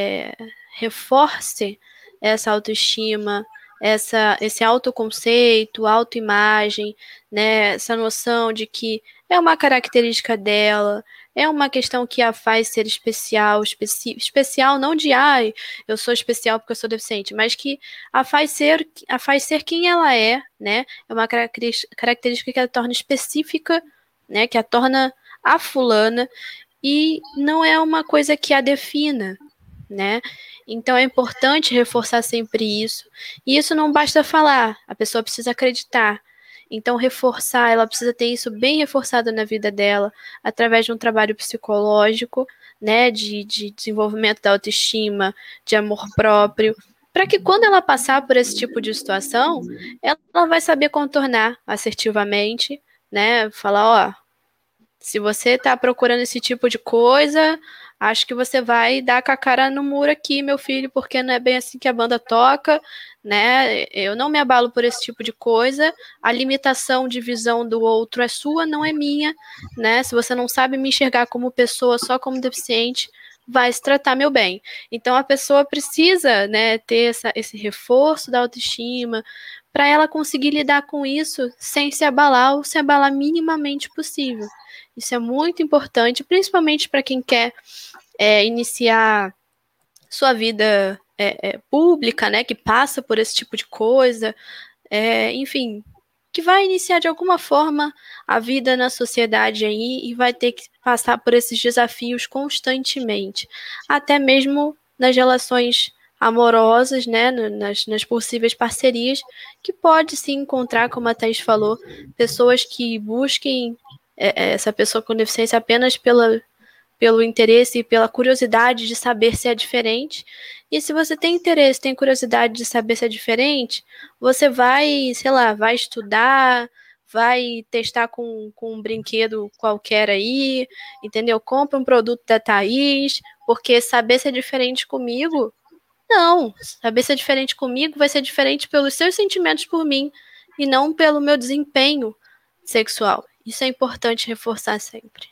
reforce essa autoestima, esse autoconceito, autoimagem, né, essa noção de que é uma característica dela, é uma questão que a faz ser especial, especial não de eu sou especial porque eu sou deficiente, mas que a faz ser quem ela é, né? É uma característica que a torna específica, né? Que a torna a fulana, e não é uma coisa que a defina, né? Então é importante reforçar sempre isso. E isso não basta falar, a pessoa precisa acreditar. Então, reforçar, ela precisa ter isso bem reforçado na vida dela, através de um trabalho psicológico, né, de desenvolvimento da autoestima, de amor próprio, para que quando ela passar por esse tipo de situação, ela vai saber contornar assertivamente, né, falar, ó, se você está procurando esse tipo de coisa, acho que você vai dar com a cara no muro aqui, meu filho, porque não é bem assim que a banda toca, né? Eu não me abalo por esse tipo de coisa. A limitação de visão do outro é sua, não é minha, né? Se você não sabe me enxergar como pessoa, só como deficiente, vai se tratar meu bem. Então a pessoa precisa, né, ter esse reforço da autoestima para ela conseguir lidar com isso sem se abalar ou se abalar minimamente possível. Isso é muito importante, principalmente para quem quer iniciar sua vida pública, né, que passa por esse tipo de coisa, enfim, que vai iniciar de alguma forma a vida na sociedade aí e vai ter que passar por esses desafios constantemente, até mesmo nas relações amorosas, né, nas possíveis parcerias, que pode se encontrar, como a Thaís falou, pessoas que busquem essa pessoa com deficiência apenas pelo interesse e pela curiosidade de saber se é diferente. E se você tem interesse, tem curiosidade de saber se é diferente, você vai, sei lá, vai estudar, vai testar com um brinquedo qualquer aí, entendeu? Compra um produto da Thaís, porque saber se é diferente comigo, não. Saber se é diferente comigo vai ser diferente pelos seus sentimentos por mim e não pelo meu desempenho sexual. Isso é importante reforçar sempre.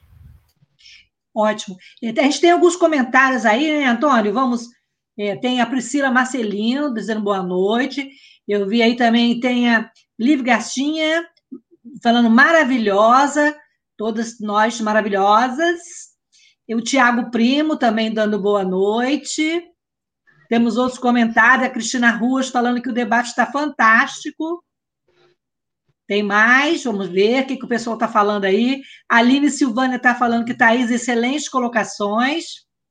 Ótimo. A gente tem alguns comentários aí, né, Antônio? Tem a Priscila Marcelino dizendo boa noite. Eu vi aí também, tem a Liv Gastinha falando maravilhosa, todas nós maravilhosas. E o Tiago Primo também dando boa noite. Temos outros comentários, a Cristina Ruas falando que o debate está fantástico. Tem mais, vamos ver o que o pessoal está falando aí. A Aline Silvânia está falando que Thaís, excelentes colocações.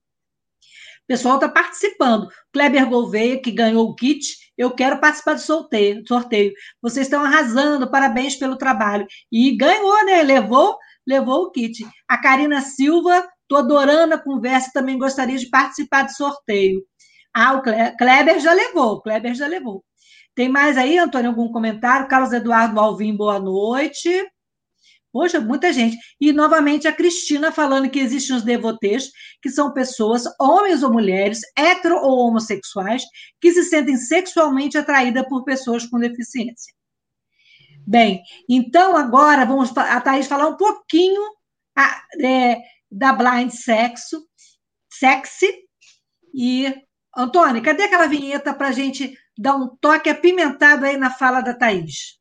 O pessoal está participando. Kleber Gouveia, que ganhou o kit, eu quero participar do sorteio. Vocês estão arrasando, parabéns pelo trabalho. E ganhou, né? Levou o kit. A Karina Silva, estou adorando a conversa, também gostaria de participar do sorteio. O Kleber já levou. Tem mais aí, Antônio, algum comentário? Carlos Eduardo Alvim, boa noite. Poxa, muita gente. E, novamente, a Cristina falando que existem os devotês, que são pessoas, homens ou mulheres, hetero ou homossexuais, que se sentem sexualmente atraídas por pessoas com deficiência. Bem, então, agora, vamos a Thaís falar um pouquinho da Blind Sexy. E, Antônio, cadê aquela vinheta para a gente dar um toque apimentado aí na fala da Thaís?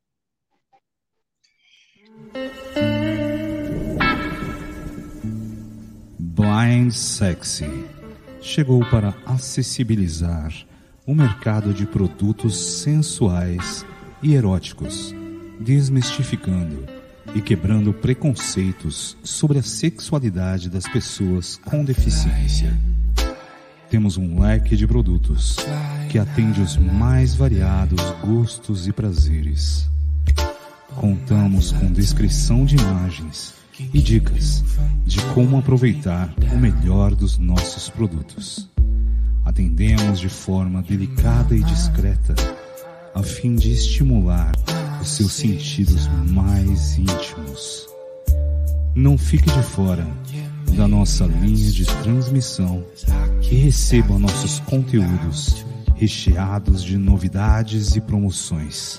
Blind Sexy chegou para acessibilizar o mercado de produtos sensuais e eróticos, desmistificando e quebrando preconceitos sobre a sexualidade das pessoas com deficiência. Temos um leque de produtos que atende os mais variados gostos e prazeres. Contamos com descrição de imagens e dicas de como aproveitar o melhor dos nossos produtos. Atendemos de forma delicada e discreta, a fim de estimular os seus sentidos mais íntimos. Não fique de fora da nossa linha de transmissão e receba nossos conteúdos recheados de novidades e promoções.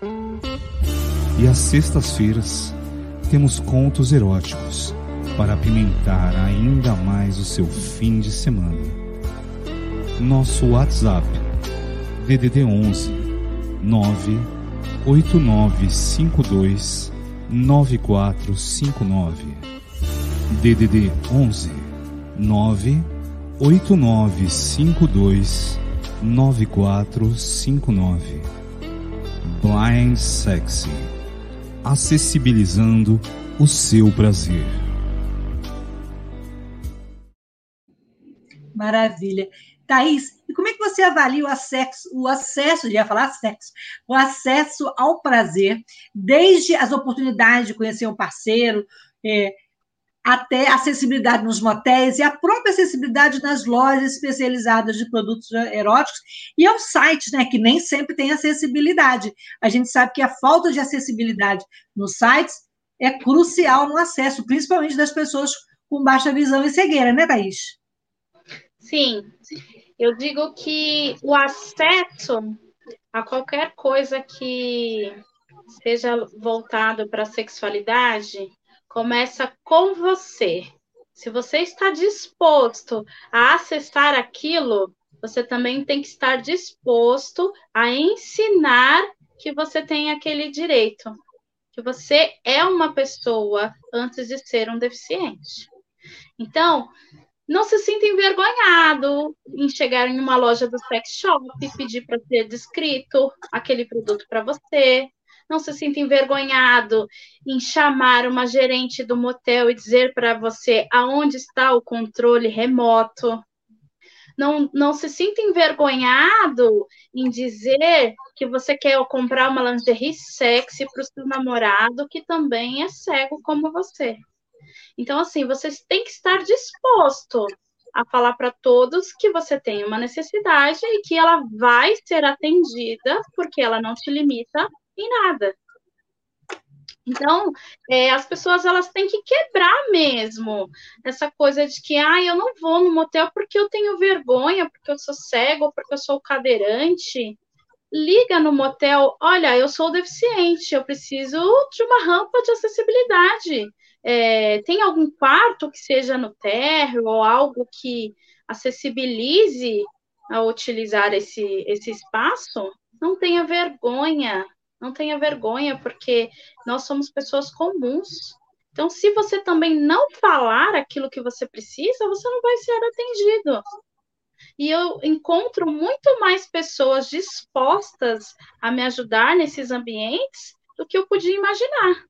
E às sextas-feiras temos contos eróticos para apimentar ainda mais o seu fim de semana. Nosso WhatsApp DDD 11 98952 9459 DDD 11 98952 9459. Blind Sexy, acessibilizando o seu prazer. Maravilha. Thaís, e como é que você avalia o acesso ao prazer, desde as oportunidades de conhecer um parceiro, até a acessibilidade nos motéis e a própria acessibilidade nas lojas especializadas de produtos eróticos e aos sites, né, que nem sempre tem acessibilidade. A gente sabe que a falta de acessibilidade nos sites é crucial no acesso, principalmente das pessoas com baixa visão e cegueira, né, Thaís? Sim, eu digo que o acesso a qualquer coisa que seja voltado para a sexualidade começa com você. Se você está disposto a acessar aquilo, você também tem que estar disposto a ensinar que você tem aquele direito, que você é uma pessoa antes de ser um deficiente. Então, Não se sinta envergonhado em chegar em uma loja do sex shop e pedir para ser descrito aquele produto para você. Não se sinta envergonhado em chamar uma gerente do motel e dizer para você aonde está o controle remoto. Não se sinta envergonhado em dizer que você quer comprar uma lingerie sexy para o seu namorado, que também é cego como você. Então, assim, você tem que estar disposto a falar para todos que você tem uma necessidade e que ela vai ser atendida, porque ela não te limita em nada. Então, as pessoas elas têm que quebrar mesmo essa coisa de que eu não vou no motel porque eu tenho vergonha, porque eu sou cego, porque eu sou cadeirante. Liga no motel, olha, eu sou deficiente, eu preciso de uma rampa de acessibilidade. Tem algum quarto que seja no térreo ou algo que acessibilize a utilizar esse espaço? Não tenha vergonha. Não tenha vergonha, porque nós somos pessoas comuns. Então, se você também não falar aquilo que você precisa, você não vai ser atendido. E eu encontro muito mais pessoas dispostas a me ajudar nesses ambientes do que eu podia imaginar.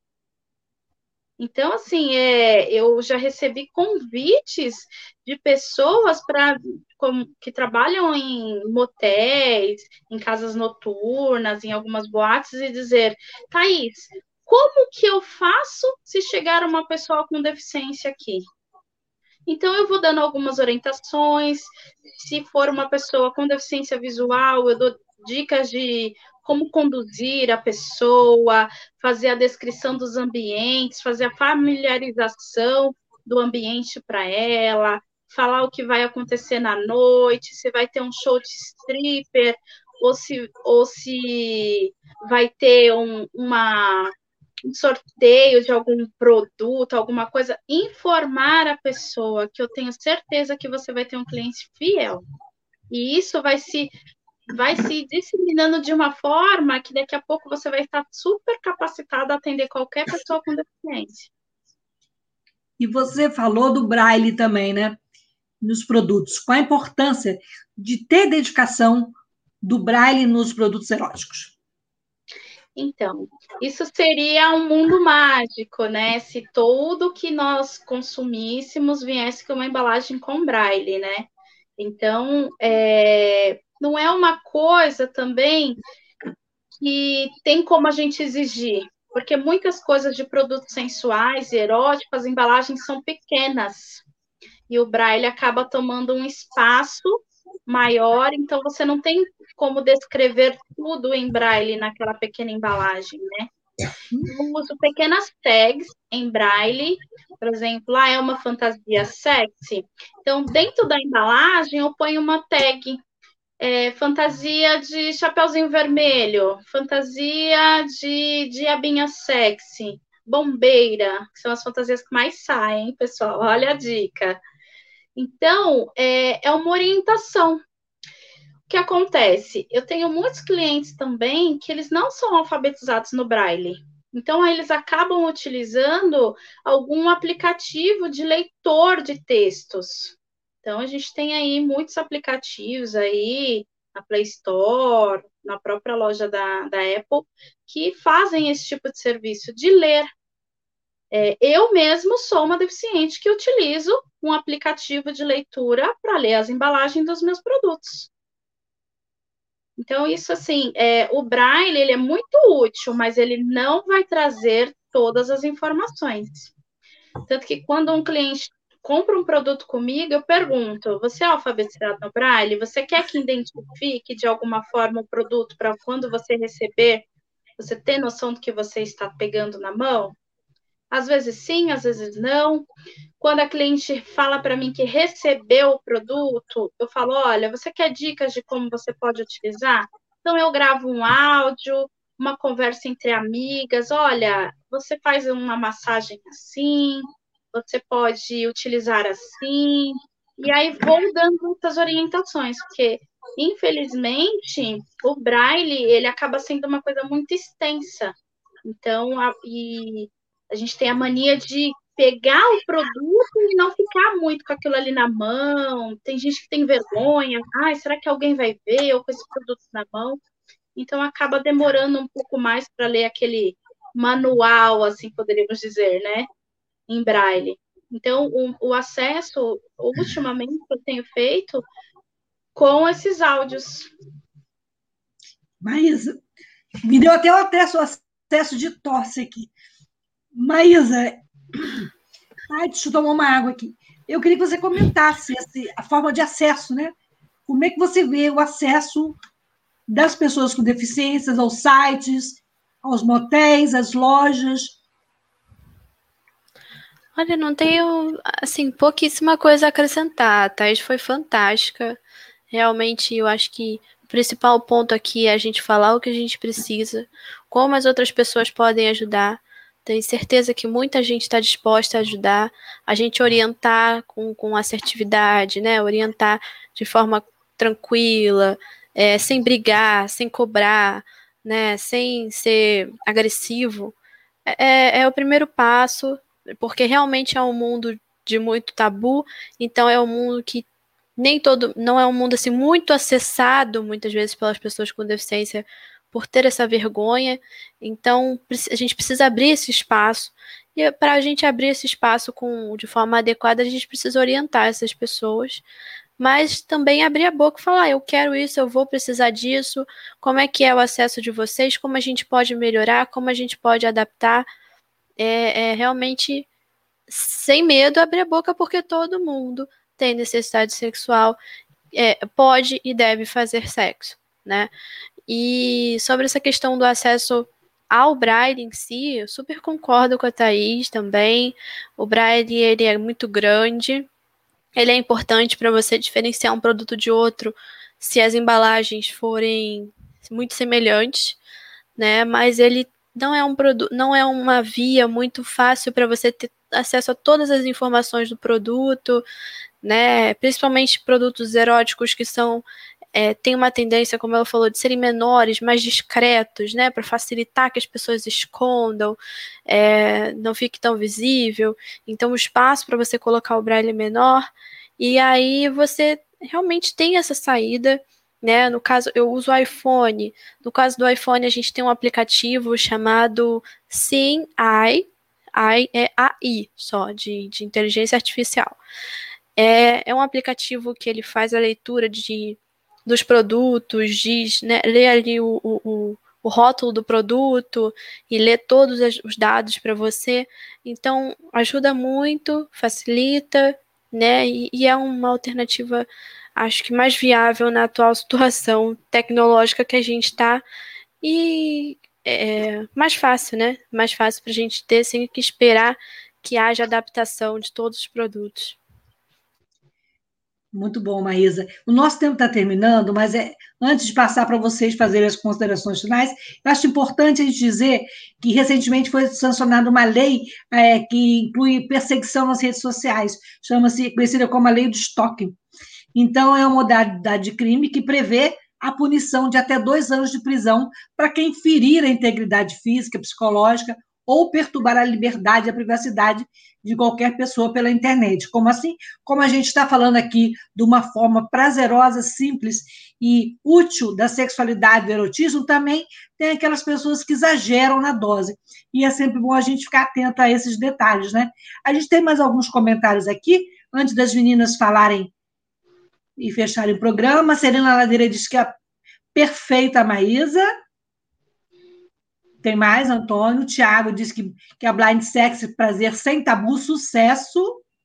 Então, assim, eu já recebi convites de pessoas que trabalham em motéis, em casas noturnas, em algumas boates, e dizer, Thaís, como que eu faço se chegar uma pessoa com deficiência aqui? Então, eu vou dando algumas orientações. Se for uma pessoa com deficiência visual, eu dou dicas de como conduzir a pessoa, fazer a descrição dos ambientes, fazer a familiarização do ambiente para ela, falar o que vai acontecer na noite, se vai ter um show de stripper, ou se vai ter um sorteio de algum produto, alguma coisa, informar a pessoa, que eu tenho certeza que você vai ter um cliente fiel. E isso vai se disseminando de uma forma que daqui a pouco você vai estar super capacitado a atender qualquer pessoa com deficiência. E você falou do Braille também, né? Nos produtos. Qual a importância de ter dedicação do Braille nos produtos eróticos? Então, isso seria um mundo mágico, né? Se tudo que nós consumíssemos viesse com uma embalagem com Braille, né? Então, não é uma coisa também que tem como a gente exigir, porque muitas coisas de produtos sensuais e eróticos, as embalagens são pequenas, e o Braille acaba tomando um espaço maior, então você não tem como descrever tudo em Braille naquela pequena embalagem, né? Eu uso pequenas tags em Braille, por exemplo, é uma fantasia sexy, então dentro da embalagem eu ponho uma tag, fantasia de chapeuzinho vermelho, fantasia de diabinha sexy, bombeira, que são as fantasias que mais saem, pessoal, olha a dica. Então, é uma orientação. O que acontece? Eu tenho muitos clientes também que eles não são alfabetizados no Braille. Então, eles acabam utilizando algum aplicativo de leitor de textos. Então, a gente tem aí muitos aplicativos aí na Play Store, na própria loja da Apple, que fazem esse tipo de serviço de ler. Eu mesmo sou uma deficiente que utilizo um aplicativo de leitura para ler as embalagens dos meus produtos. Então, isso assim, o Braille ele é muito útil, mas ele não vai trazer todas as informações. Tanto que quando um cliente compra um produto comigo, eu pergunto, você é alfabetizado no Braille? Você quer que identifique de alguma forma o produto para quando você receber, você ter noção do que você está pegando na mão? Às vezes sim, às vezes não. Quando a cliente fala para mim que recebeu o produto, eu falo, olha, você quer dicas de como você pode utilizar? Então, eu gravo um áudio, uma conversa entre amigas, olha, você faz uma massagem assim, você pode utilizar assim, e aí vou dando muitas orientações, porque, infelizmente, o Braille, ele acaba sendo uma coisa muito extensa. Então, a gente tem a mania de pegar o produto e não ficar muito com aquilo ali na mão. Tem gente que tem vergonha. Ai, será que alguém vai ver eu com esse produto na mão? Então, acaba demorando um pouco mais para ler aquele manual, assim poderíamos dizer, né? Em braille. Então, o acesso, ultimamente, eu tenho feito com esses áudios. Maísa, me deu até o acesso de tosse aqui. Maísa, deixa eu tomar uma água aqui. Eu queria que você comentasse a forma de acesso, né? Como é que você vê o acesso das pessoas com deficiências aos sites, aos motéis, às lojas? Olha, não tenho, assim, pouquíssima coisa a acrescentar. A Thaís foi fantástica. Realmente, eu acho que o principal ponto aqui é a gente falar o que a gente precisa, como as outras pessoas podem ajudar. Tenho certeza que muita gente está disposta a ajudar, a gente orientar com assertividade, né? Orientar de forma tranquila, sem brigar, sem cobrar, né? Sem ser agressivo. É o primeiro passo, porque realmente é um mundo de muito tabu, então é um mundo que não é um mundo assim muito acessado muitas vezes pelas pessoas com deficiência por ter essa vergonha. Então a gente precisa abrir esse espaço, e para a gente abrir esse espaço de forma adequada, a gente precisa orientar essas pessoas, mas também abrir a boca e falar, eu quero isso, eu vou precisar disso, como é que é o acesso de vocês, como a gente pode melhorar, como a gente pode adaptar. Realmente sem medo abrir a boca, porque todo mundo tem necessidade sexual, pode e deve fazer sexo, né? E sobre essa questão do acesso ao Braille em si, eu super concordo com a Thaís também. O Braille, ele é muito grande, ele é importante para você diferenciar um produto de outro se as embalagens forem muito semelhantes, né? Mas ele não é uma via muito fácil para você ter acesso a todas as informações do produto, né? Principalmente produtos eróticos que tem uma tendência, como ela falou, de serem menores, mais discretos, né? Para facilitar que as pessoas escondam, não fique tão visível. Então, o espaço para você colocar o braille é menor, e aí você realmente tem essa saída, né? No caso, eu uso o iPhone. No caso do iPhone, a gente tem um aplicativo chamado Seeing Eye. AI é AI só, de inteligência artificial. É um aplicativo que ele faz a leitura dos produtos, né, lê ali o rótulo do produto e lê todos os dados para você. Então, ajuda muito, facilita, né? E é uma alternativa, acho que mais viável na atual situação tecnológica que a gente está. E mais fácil, né? Mais fácil para a gente ter, sem que esperar que haja adaptação de todos os produtos. Muito bom, Maísa. O nosso tempo está terminando, mas antes de passar para vocês fazerem as considerações finais, eu acho importante a gente dizer que recentemente foi sancionada uma lei que inclui perseguição nas redes sociais, conhecida como a Lei do Stalking. Então, é uma modalidade de crime que prevê a punição de até 2 anos de prisão para quem ferir a integridade física, psicológica ou perturbar a liberdade e a privacidade de qualquer pessoa pela internet. Como assim? Como a gente está falando aqui de uma forma prazerosa, simples e útil da sexualidade, do erotismo, também tem aquelas pessoas que exageram na dose. E é sempre bom a gente ficar atento a esses detalhes, né? A gente tem mais alguns comentários aqui, antes das meninas falarem e fecharem o programa. Serena Ladeira diz que é perfeita, Maísa. Tem mais, Antônio. Tiago diz que a Blind Sex, prazer sem tabu, sucesso.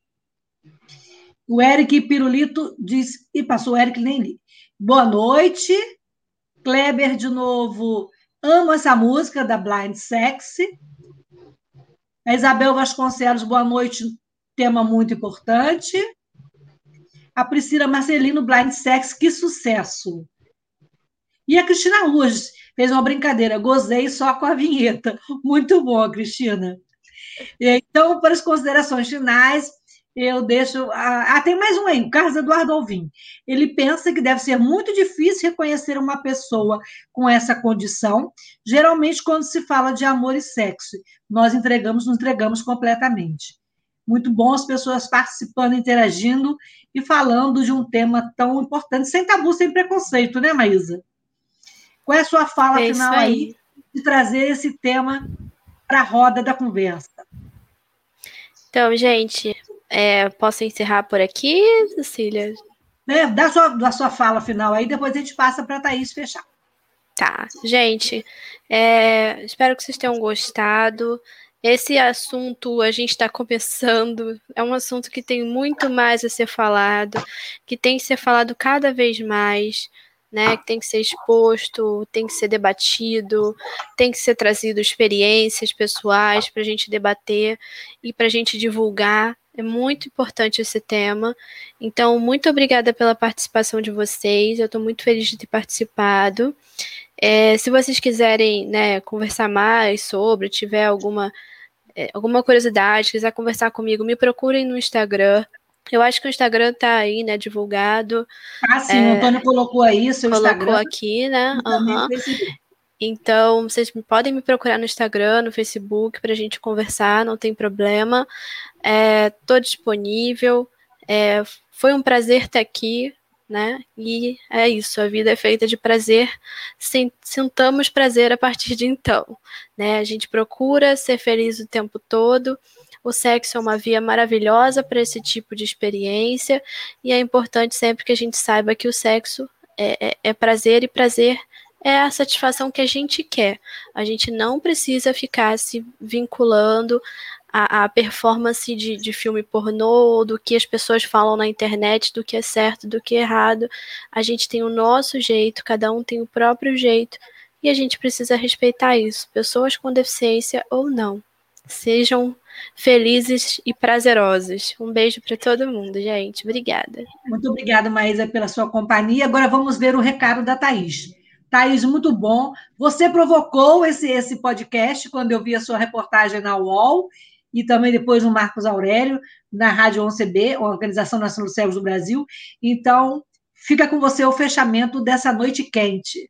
O Eric Pirulito diz, e passou o Eric, nem li. Boa noite. Kleber, de novo, amo essa música da Blind Sex. A Isabel Vasconcelos, boa noite, tema muito importante. A Priscila Marcelino, Blind Sex, que sucesso. E a Cristina Ruas fez uma brincadeira, gozei só com a vinheta. Muito bom, Cristina. Então, para as considerações finais, eu deixo... tem mais um aí, o Carlos Eduardo Alvim. Ele pensa que deve ser muito difícil reconhecer uma pessoa com essa condição, geralmente quando se fala de amor e sexo. Nos entregamos completamente. Muito bom as pessoas participando, interagindo e falando de um tema tão importante, sem tabu, sem preconceito, né, Maísa? Qual é a sua fala final aí de trazer esse tema para a roda da conversa? Então, gente, posso encerrar por aqui, Cecília? Dá sua fala final aí, depois a gente passa para a Thaís fechar. Tá, gente, espero que vocês tenham gostado. Esse assunto a gente está começando, é um assunto que tem muito mais a ser falado, que tem que ser falado cada vez mais, né? Que tem que ser exposto, tem que ser debatido, tem que ser trazido experiências pessoais para a gente debater e para a gente divulgar. É muito importante esse tema. Então, muito obrigada pela participação de vocês. Eu estou muito feliz de ter participado. Se vocês quiserem, né, conversar mais sobre, tiver alguma curiosidade, quiser conversar comigo, me procurem no Instagram. Eu acho que o Instagram está aí, né, divulgado. Sim, o Antônio colocou aí seu Instagram. Colocou aqui, né? Então, vocês podem me procurar no Instagram, no Facebook, para a gente conversar, não tem problema. Estou disponível. Foi um prazer estar aqui, né? E é isso, a vida é feita de prazer. Sintamos prazer a partir de então, né? A gente procura ser feliz o tempo todo. O sexo é uma via maravilhosa para esse tipo de experiência e é importante sempre que a gente saiba que o sexo é prazer e prazer é a satisfação que a gente quer. A gente não precisa ficar se vinculando a performance de filme pornô, do que as pessoas falam na internet, do que é certo, do que é errado. A gente tem o nosso jeito, cada um tem o próprio jeito, e a gente precisa respeitar isso, pessoas com deficiência ou não. Sejam felizes e prazerosos. Um beijo para todo mundo, gente. Obrigada. Muito obrigada, Maísa, pela sua companhia. Agora vamos ver o recado da Thaís. Thaís, muito bom. Você provocou esse podcast quando eu vi a sua reportagem na UOL e também depois no Marcos Aurélio, na Rádio 11B, Organização Nacional dos Cegos do Brasil. Então, fica com você o fechamento dessa noite quente.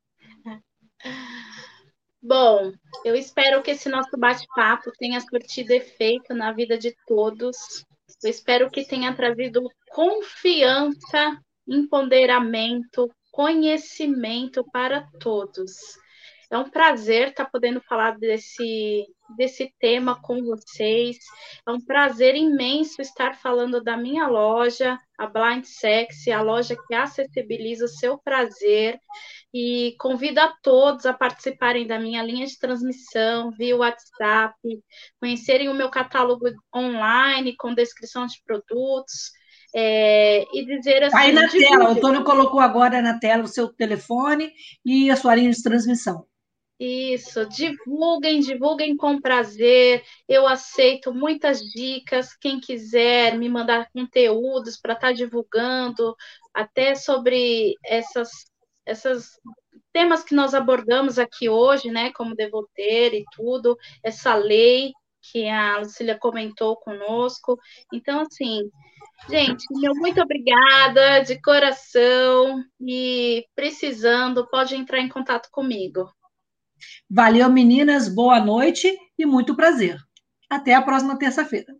Bom, eu espero que esse nosso bate-papo tenha surtido efeito na vida de todos. Eu espero que tenha trazido confiança, empoderamento, conhecimento para todos. É um prazer estar podendo falar desse tema com vocês. É um prazer imenso estar falando da minha loja, a Blind Sexy, a loja que acessibiliza o seu prazer. E convido a todos a participarem da minha linha de transmissão via WhatsApp, conhecerem o meu catálogo online com descrição de produtos. E dizer assim... Aí na tela, o Antônio colocou agora na tela o seu telefone e a sua linha de transmissão. Isso, divulguem com prazer. Eu aceito muitas dicas. Quem quiser me mandar conteúdos para estar divulgando, até sobre esses temas que nós abordamos aqui hoje, né? Como devoter e tudo, essa lei que a Lucília comentou conosco. Então, assim, gente, meu muito obrigada de coração e precisando, pode entrar em contato comigo. Valeu, meninas, boa noite e muito prazer. Até a próxima terça-feira.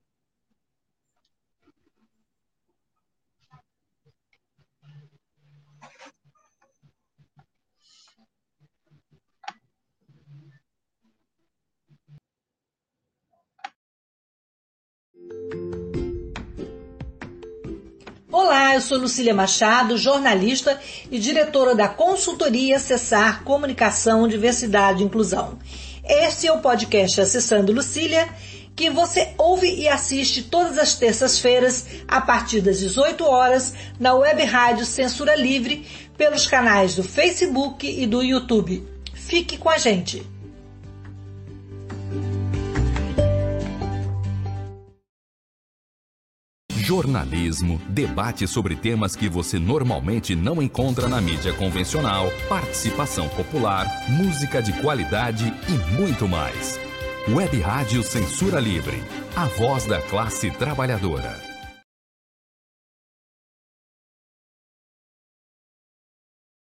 Olá, eu sou Lucília Machado, jornalista e diretora da consultoria Acessar Comunicação, Diversidade e Inclusão. Este é o podcast Acessando Lucília, que você ouve e assiste todas as terças-feiras, a partir das 18 horas, na Web Rádio Censura Livre, pelos canais do Facebook e do YouTube. Fique com a gente! Jornalismo, debate sobre temas que você normalmente não encontra na mídia convencional, participação popular, música de qualidade e muito mais. Web Rádio Censura Livre, a voz da classe trabalhadora.